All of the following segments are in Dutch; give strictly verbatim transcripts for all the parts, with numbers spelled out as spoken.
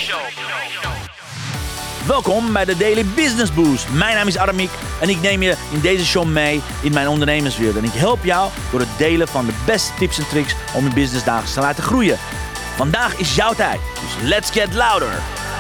Welkom bij de Daily Business Boost. Mijn naam is Aramik en ik neem je in deze show mee in mijn ondernemerswereld. En ik help jou door het delen van de beste tips en tricks om je business dagelijks te laten groeien. Vandaag is jouw tijd, dus let's get louder.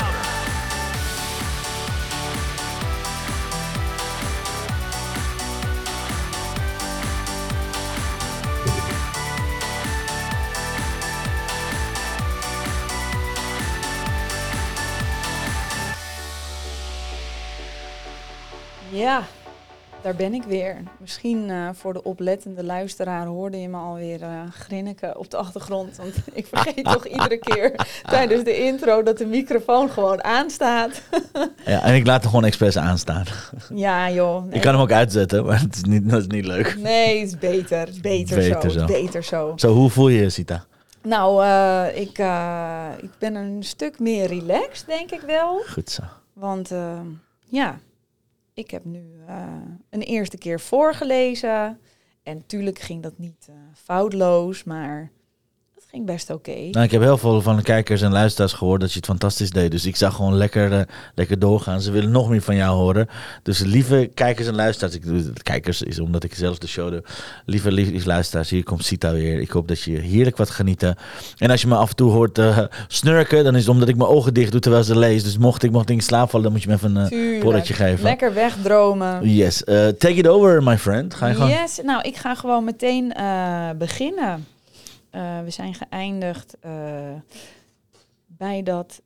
Ja, daar ben ik weer. Misschien uh, voor de oplettende luisteraar hoorde je me alweer uh, grinniken op de achtergrond. Want ik vergeet toch iedere keer tijdens de intro dat de microfoon gewoon aanstaat. Ja, en ik laat hem gewoon expres aanstaan. Ja, joh. Nee. Ik kan hem ook uitzetten, maar het is niet, dat is niet leuk. Nee, het is beter. Het is beter, beter zo. zo. Het is beter zo. Zo, hoe voel je je, Sita? Nou, uh, ik, uh, ik ben een stuk meer relaxed, denk ik wel. Goed zo. Want uh, ja... Ik heb nu uh, een eerste keer voorgelezen. En natuurlijk ging dat niet uh, foutloos, maar het ging best oké. Okay. Nou, ik heb heel veel van de kijkers en luisteraars gehoord dat je het fantastisch deed. Dus ik zag gewoon lekker, uh, lekker doorgaan. Ze willen nog meer van jou horen. Dus lieve kijkers en luisteraars. Ik doe het, kijkers is omdat ik zelf de show doe. Lieve, lieve luisteraars, hier komt Sita weer. Ik hoop dat je heerlijk wat genieten. En als je me af en toe hoort uh, snurken, dan is het omdat ik mijn ogen dicht doe terwijl ze leest. Dus mocht ik mocht in slaap vallen, dan moet je me even een uh, porretje geven. Lekker wegdromen. Yes. Uh, take it over, my friend. Ga je gewoon? Yes. Nou, ik ga gewoon meteen uh, beginnen. Uh, we zijn geëindigd uh, bij dat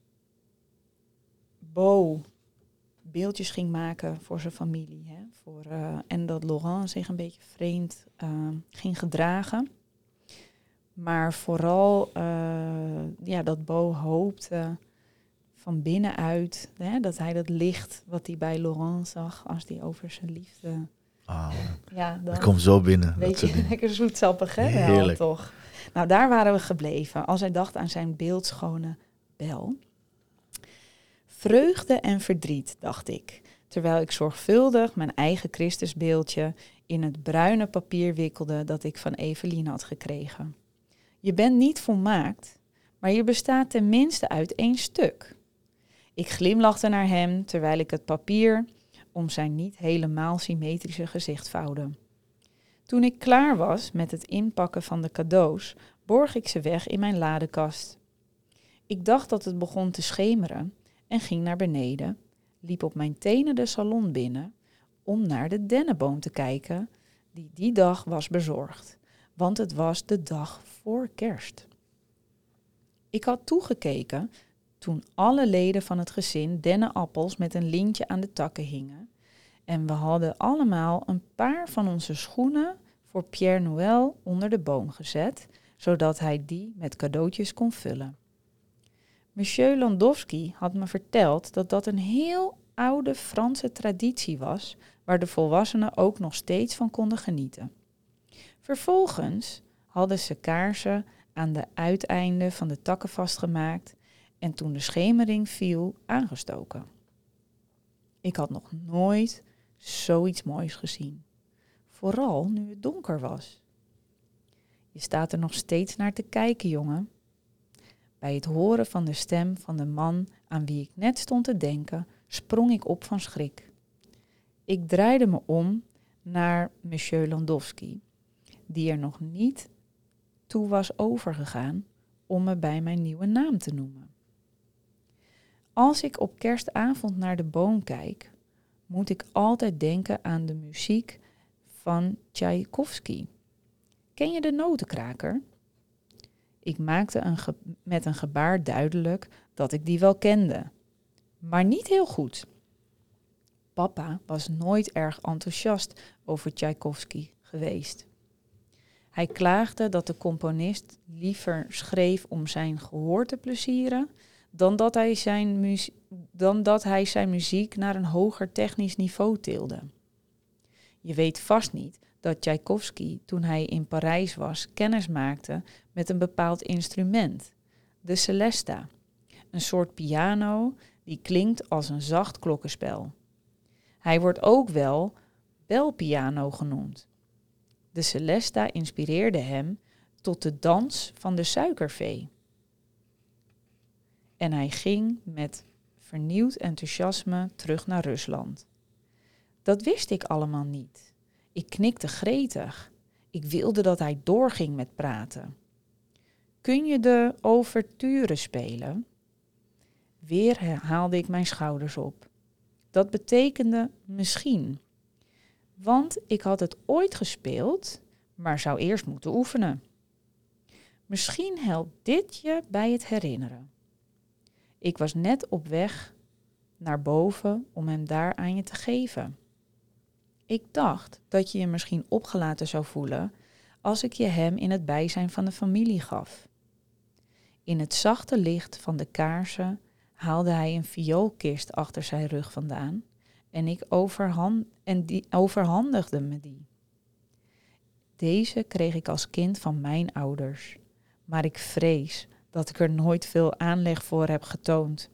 Bo beeldjes ging maken voor zijn familie. Hè? Voor, uh, en dat Laurent zich een beetje vreemd uh, ging gedragen. Maar vooral uh, ja, dat Bo hoopte van binnenuit, hè, dat hij dat licht wat hij bij Laurent zag als hij over zijn liefde... Oh, ja, dan dat komt zo binnen. Weet je, lekker zoetsappig, hè? Heerlijk. Wel, toch? Nou, daar waren we gebleven. Als hij dacht aan zijn beeldschone Bel. Vreugde en verdriet, dacht ik. Terwijl ik zorgvuldig mijn eigen Christusbeeldje in het bruine papier wikkelde dat ik van Evelien had gekregen. Je bent niet volmaakt, maar je bestaat tenminste uit één stuk. Ik glimlachte naar hem terwijl ik het papier om zijn niet helemaal symmetrische gezicht vouwde. Toen ik klaar was met het inpakken van de cadeaus, borg ik ze weg in mijn ladekast. Ik dacht dat het begon te schemeren en ging naar beneden, liep op mijn tenen de salon binnen om naar de dennenboom te kijken die die dag was bezorgd, want het was de dag voor kerst. Ik had toegekeken toen alle leden van het gezin dennenappels met een lintje aan de takken hingen. En we hadden allemaal een paar van onze schoenen voor Pierre Noël onder de boom gezet, zodat hij die met cadeautjes kon vullen. Monsieur Landowski had me verteld dat dat een heel oude Franse traditie was, waar de volwassenen ook nog steeds van konden genieten. Vervolgens hadden ze kaarsen aan de uiteinden van de takken vastgemaakt en toen de schemering viel, aangestoken. Ik had nog nooit zoiets moois gezien. Vooral nu het donker was. Je staat er nog steeds naar te kijken, jongen. Bij het horen van de stem van de man aan wie ik net stond te denken, sprong ik op van schrik. Ik draaide me om naar Monsieur Landowski, die er nog niet toe was overgegaan om me bij mijn nieuwe naam te noemen. Als ik op kerstavond naar de boom kijk, moet ik altijd denken aan de muziek van Tchaikovsky. Ken je de Notenkraker? Ik maakte een ge- met een gebaar duidelijk dat ik die wel kende, maar niet heel goed. Papa was nooit erg enthousiast over Tchaikovsky geweest. Hij klaagde dat de componist liever schreef om zijn gehoor te plezieren dan dat hij zijn, muzie- dan dat hij zijn muziek naar een hoger technisch niveau tilde. Je weet vast niet dat Tchaikovsky, toen hij in Parijs was, kennis maakte met een bepaald instrument, de celesta, een soort piano die klinkt als een zacht klokkenspel. Hij wordt ook wel belpiano genoemd. De celesta inspireerde hem tot de dans van de suikervee. En hij ging met vernieuwd enthousiasme terug naar Rusland. Dat wist ik allemaal niet. Ik knikte gretig. Ik wilde dat hij doorging met praten. Kun je de ouverture spelen? Weer haalde ik mijn schouders op. Dat betekende misschien. Want ik had het ooit gespeeld, maar zou eerst moeten oefenen. Misschien helpt dit je bij het herinneren. Ik was net op weg naar boven om hem daar aan je te geven. Ik dacht dat je je misschien opgelaten zou voelen als ik je hem in het bijzijn van de familie gaf. In het zachte licht van de kaarsen haalde hij een vioolkist achter zijn rug vandaan en ik overhand, en die, overhandigde me die. Deze kreeg ik als kind van mijn ouders, maar ik vrees dat ik er nooit veel aanleg voor heb getoond.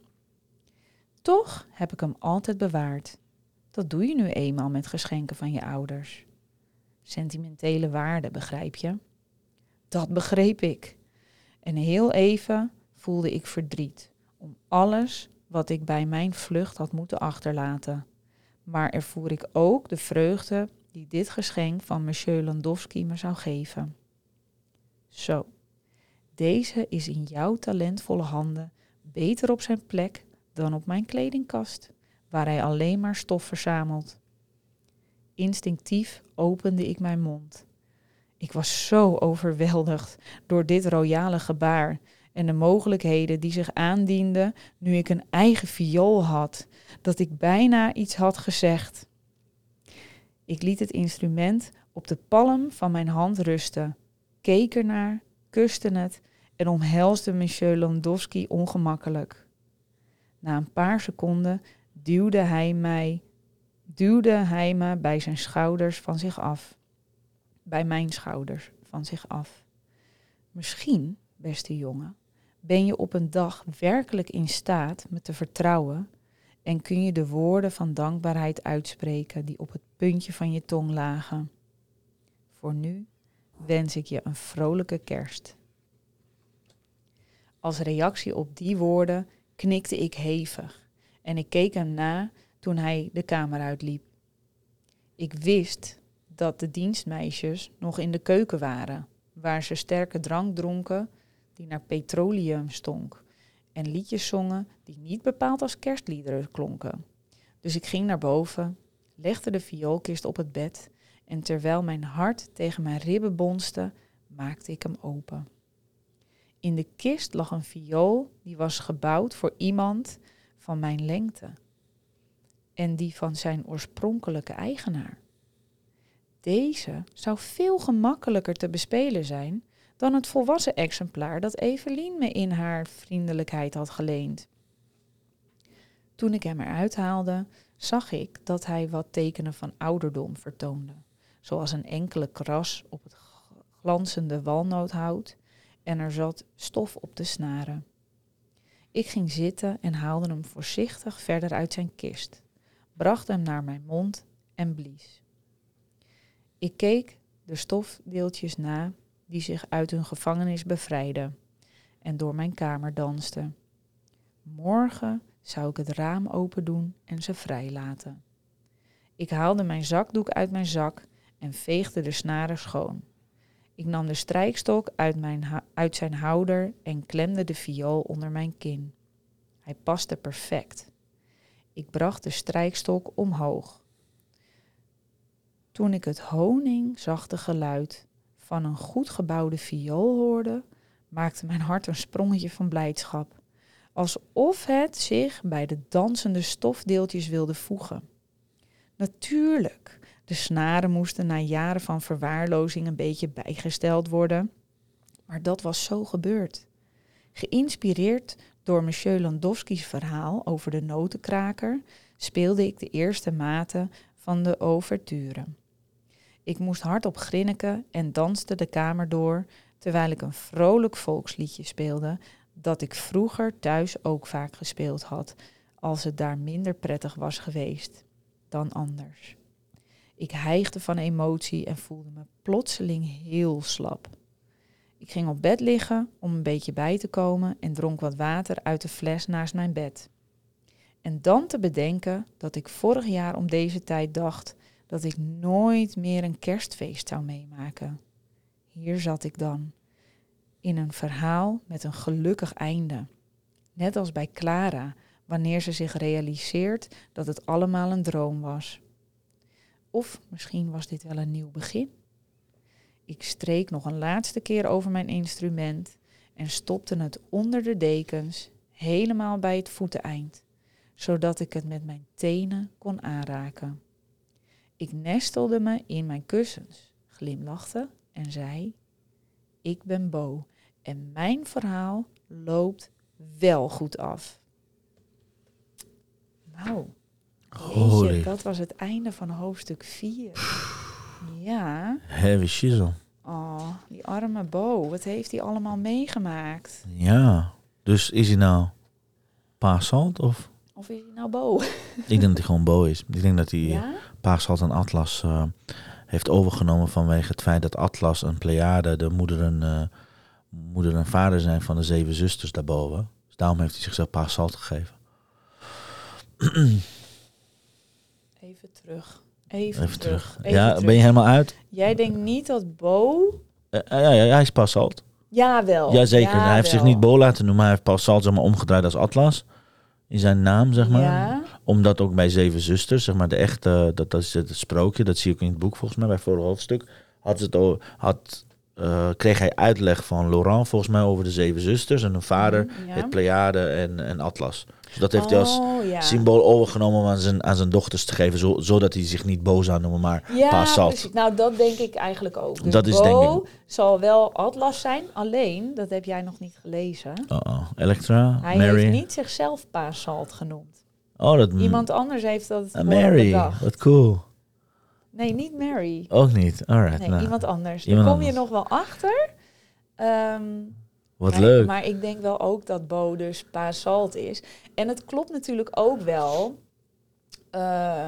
Toch heb ik hem altijd bewaard. Dat doe je nu eenmaal met geschenken van je ouders. Sentimentele waarde, begrijp je? Dat begreep ik. En heel even voelde ik verdriet om alles wat ik bij mijn vlucht had moeten achterlaten. Maar ervoer ik ook de vreugde die dit geschenk van monsieur Landowski me zou geven. Zo, deze is in jouw talentvolle handen beter op zijn plek dan op mijn kledingkast, waar hij alleen maar stof verzamelt. Instinctief opende ik mijn mond. Ik was zo overweldigd door dit royale gebaar en de mogelijkheden die zich aandienden nu ik een eigen viool had, dat ik bijna iets had gezegd. Ik liet het instrument op de palm van mijn hand rusten, keek ernaar, kuste het en omhelsde monsieur Landowski ongemakkelijk. Na een paar seconden duwde hij mij, duwde hij me bij zijn schouders van zich af. Bij mijn schouders van zich af. Misschien, beste jongen, ben je op een dag werkelijk in staat me te vertrouwen en kun je de woorden van dankbaarheid uitspreken die op het puntje van je tong lagen. Voor nu wens ik je een vrolijke kerst. Als reactie op die woorden knikte ik hevig en ik keek hem na toen hij de kamer uitliep. Ik wist dat de dienstmeisjes nog in de keuken waren, waar ze sterke drank dronken die naar petroleum stonk en liedjes zongen die niet bepaald als kerstliederen klonken. Dus ik ging naar boven, legde de vioolkist op het bed en terwijl mijn hart tegen mijn ribben bonste, maakte ik hem open. In de kist lag een viool die was gebouwd voor iemand van mijn lengte en die van zijn oorspronkelijke eigenaar. Deze zou veel gemakkelijker te bespelen zijn dan het volwassen exemplaar dat Evelien me in haar vriendelijkheid had geleend. Toen ik hem eruit haalde, zag ik dat hij wat tekenen van ouderdom vertoonde, zoals een enkele kras op het glanzende walnoothout en er zat stof op de snaren. Ik ging zitten en haalde hem voorzichtig verder uit zijn kist, bracht hem naar mijn mond en blies. Ik keek de stofdeeltjes na die zich uit hun gevangenis bevrijden en door mijn kamer dansten. Morgen zou ik het raam open doen en ze vrijlaten. Ik haalde mijn zakdoek uit mijn zak en veegde de snaren schoon. Ik nam de strijkstok uit, mijn ha- uit zijn houder en klemde de viool onder mijn kin. Hij paste perfect. Ik bracht de strijkstok omhoog. Toen ik het honingzachte geluid van een goed gebouwde viool hoorde, maakte mijn hart een sprongetje van blijdschap, alsof het zich bij de dansende stofdeeltjes wilde voegen. Natuurlijk, de snaren moesten na jaren van verwaarlozing een beetje bijgesteld worden, maar dat was zo gebeurd. Geïnspireerd door monsieur Landowski's verhaal over de notenkraker, speelde ik de eerste maten van de ouverture. Ik moest hardop grinniken en danste de kamer door, terwijl ik een vrolijk volksliedje speelde dat ik vroeger thuis ook vaak gespeeld had, als het daar minder prettig was geweest dan anders. Ik hijgde van emotie en voelde me plotseling heel slap. Ik ging op bed liggen om een beetje bij te komen en dronk wat water uit de fles naast mijn bed. En dan te bedenken dat ik vorig jaar om deze tijd dacht dat ik nooit meer een kerstfeest zou meemaken. Hier zat ik dan, in een verhaal met een gelukkig einde. Net als bij Clara, wanneer ze zich realiseert dat het allemaal een droom was. Of misschien was dit wel een nieuw begin. Ik streek nog een laatste keer over mijn instrument en stopte het onder de dekens, helemaal bij het voeteneind, zodat ik het met mijn tenen kon aanraken. Ik nestelde me in mijn kussens, glimlachte en zei: ik ben Bo en mijn verhaal loopt wel goed af. Nou, jeetje, dat was het einde van hoofdstuk vier. Ja. Heavy shizzle. Oh, die arme Bo. Wat heeft hij allemaal meegemaakt? Ja, dus is hij nou Paasalt of? Of is hij nou Bo? Ik denk dat hij gewoon Bo is. Ik denk dat hij Ja? Paasalt en Atlas uh, heeft overgenomen vanwege het feit dat Atlas en Pleiade de moeder en, uh, moeder en vader zijn van de zeven zusters daarboven. Dus daarom heeft hij zichzelf Paasalt gegeven. Even terug. Even, Even terug. terug. Even Ja, terug. ben je helemaal uit? Jij denkt niet dat Bo... Uh, ja, ja, ja, hij is Paasalt. Jawel. Jazeker. Ja, hij heeft zich niet Bo laten noemen. Hij heeft Paasalt zeg maar omgedraaid als Atlas. In zijn naam, zeg maar. Ja. Omdat ook bij Zeven Zusters, zeg maar, de echte, dat, dat is het sprookje, dat zie ik in het boek volgens mij, bij het vorige hoofdstuk, had het, o- had, uh, kreeg hij uitleg van Laurent volgens mij over de Zeven Zusters en hun vader, Ja. het Pleiade en, en Atlas. Dus dat heeft hij als Oh, ja. symbool overgenomen om aan zijn, aan zijn dochters te geven, zo, zodat hij zich niet Bo zou noemen, maar Ja, Paasalt. precies. Nou, dat denk ik eigenlijk ook. Dus Dat is Bo denk ik- zal wel Atlas zijn, alleen, dat heb jij nog niet gelezen. Uh-oh. Elektra, Hij Mary. heeft niet zichzelf Paasalt genoemd. Oh, dat Iemand anders heeft dat uh, gewoon Mary, bedacht. wat cool. Nee, niet Mary. Ook niet. Alright. Nee, nou, iemand anders. iemand Daar kom je anders. nog wel achter. Ehm, Wat maar, leuk. Maar ik denk wel ook dat Bo dus Paasalt is. En het klopt natuurlijk ook wel. Uh,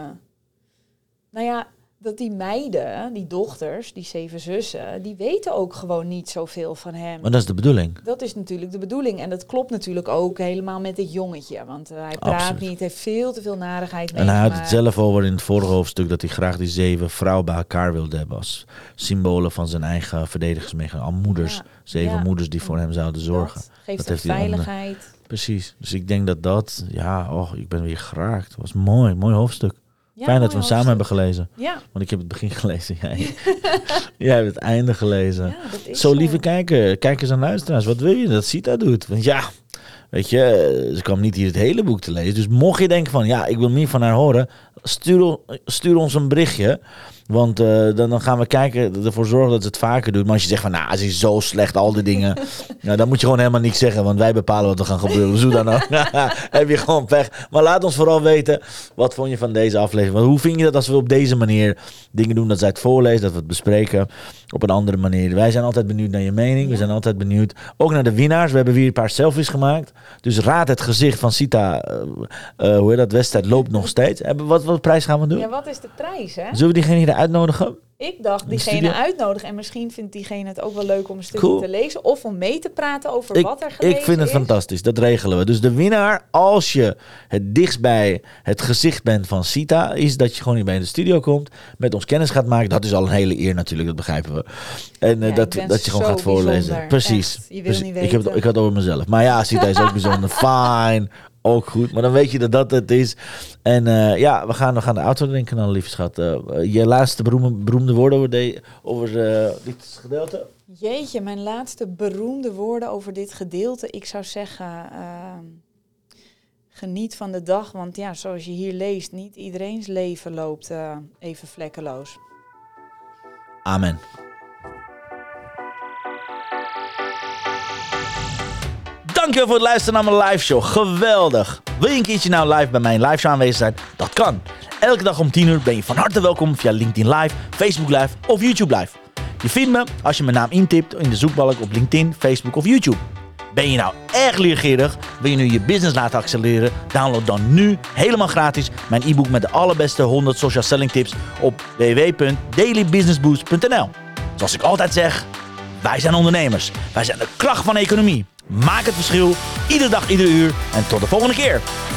nou ja, dat die meiden, die dochters, die zeven zussen, die weten ook gewoon niet zoveel van hem. Maar dat is de bedoeling. Dat is natuurlijk de bedoeling. En dat klopt natuurlijk ook helemaal met dit jongetje. Want uh, hij praat Absoluut. niet, heeft veel te veel narigheid En hij had het meegemaakt. zelf over in het vorige hoofdstuk dat hij graag die zeven vrouwen bij elkaar wilde hebben als symbolen van zijn eigen verdedigingsmechanisme. Al moeders, Ja, zeven ja. moeders die voor hem zouden zorgen. Dat geeft Dat hem heeft hij onder- veiligheid. Precies. Dus ik denk dat dat, ja, oh, ik ben weer geraakt. Het was mooi, mooi hoofdstuk. Ja, Fijn dat we mooi hem samen hoofdstuk. hebben gelezen. Ja, Want ik heb het begin gelezen. Jij, jij hebt het einde gelezen. ja, dat is Zo, lieve kijken. kijker, kijkers en luisteraars, wat wil je dat Sita doet? Want ja, weet je, ze kwam niet hier het hele boek te lezen. Dus mocht je denken van, ja, ik wil meer van haar horen, stuur, stuur ons een berichtje. Want uh, dan, dan gaan we kijken, ervoor zorgen dat ze het vaker doet. Maar als je zegt van, nou, ze is zo slecht, al die dingen. Nou, dan moet je gewoon helemaal niks zeggen, want wij bepalen wat er gaan gebeuren. Dus hoe dan ook. Heb je gewoon pech. Maar laat ons vooral weten, wat vond je van deze aflevering? Want hoe vind je dat als we op deze manier dingen doen, dat zij het voorlezen, dat we het bespreken op een andere manier? Wij zijn altijd benieuwd naar je mening. Ja. We zijn altijd benieuwd, ook naar de winnaars. We hebben weer een paar selfies gemaakt. Dus raad het gezicht van Sita, uh, uh, hoe heet dat, wedstrijd loopt nog steeds. Hebben- Wat, wat prijs gaan we doen? Ja, wat is de prijs, hè? Zullen we diegene hier uitnodigen? Ik dacht de diegene studio? uitnodigen. En misschien vindt diegene het ook wel leuk om een stukje Cool. te lezen. Of om mee te praten over Ik, wat er gelezen ik vind het is. fantastisch, dat regelen we. Dus de winnaar, als je het dichtst bij het gezicht bent van Sita, is dat je gewoon hier bij in de studio komt, met ons kennis gaat maken. Dat is al een hele eer natuurlijk, dat begrijpen we. En uh, Ja, dat, ik ben dat je gewoon zo gaat voorlezen. bijzonder. Precies. Echt, je wil Precies. niet Ik, heb het, weten. ik had het over mezelf. Maar ja, Sita is ook bijzonder. Fijn. Ook goed. Maar dan weet je dat dat het is. En uh, ja, we gaan, we gaan de auto denken dan, lieve schat. Uh, je laatste beroemde, beroemde woorden over, de, over uh, dit gedeelte? Jeetje, mijn laatste beroemde woorden over dit gedeelte. Ik zou zeggen, uh, geniet van de dag. Want ja, zoals je hier leest, niet iedereen's leven loopt uh, even vlekkeloos. Amen. Dankjewel voor het luisteren naar mijn live show. Geweldig. Wil je een keertje nou live bij mijn live show aanwezig zijn? Dat kan. Elke dag om tien uur ben je van harte welkom via LinkedIn Live, Facebook Live of YouTube Live. Je vindt me als je mijn naam intipt in de zoekbalk op LinkedIn, Facebook of YouTube. Ben je nou erg leergierig? Wil je nu je business laten accelereren? Download dan nu helemaal gratis mijn e-book met de allerbeste honderd social selling tips op w w w punt daily business boost punt n l. Zoals ik altijd zeg, Wij zijn ondernemers. Wij zijn de kracht van de economie. Maak het verschil. Iedere dag, iedere uur. En tot de volgende keer.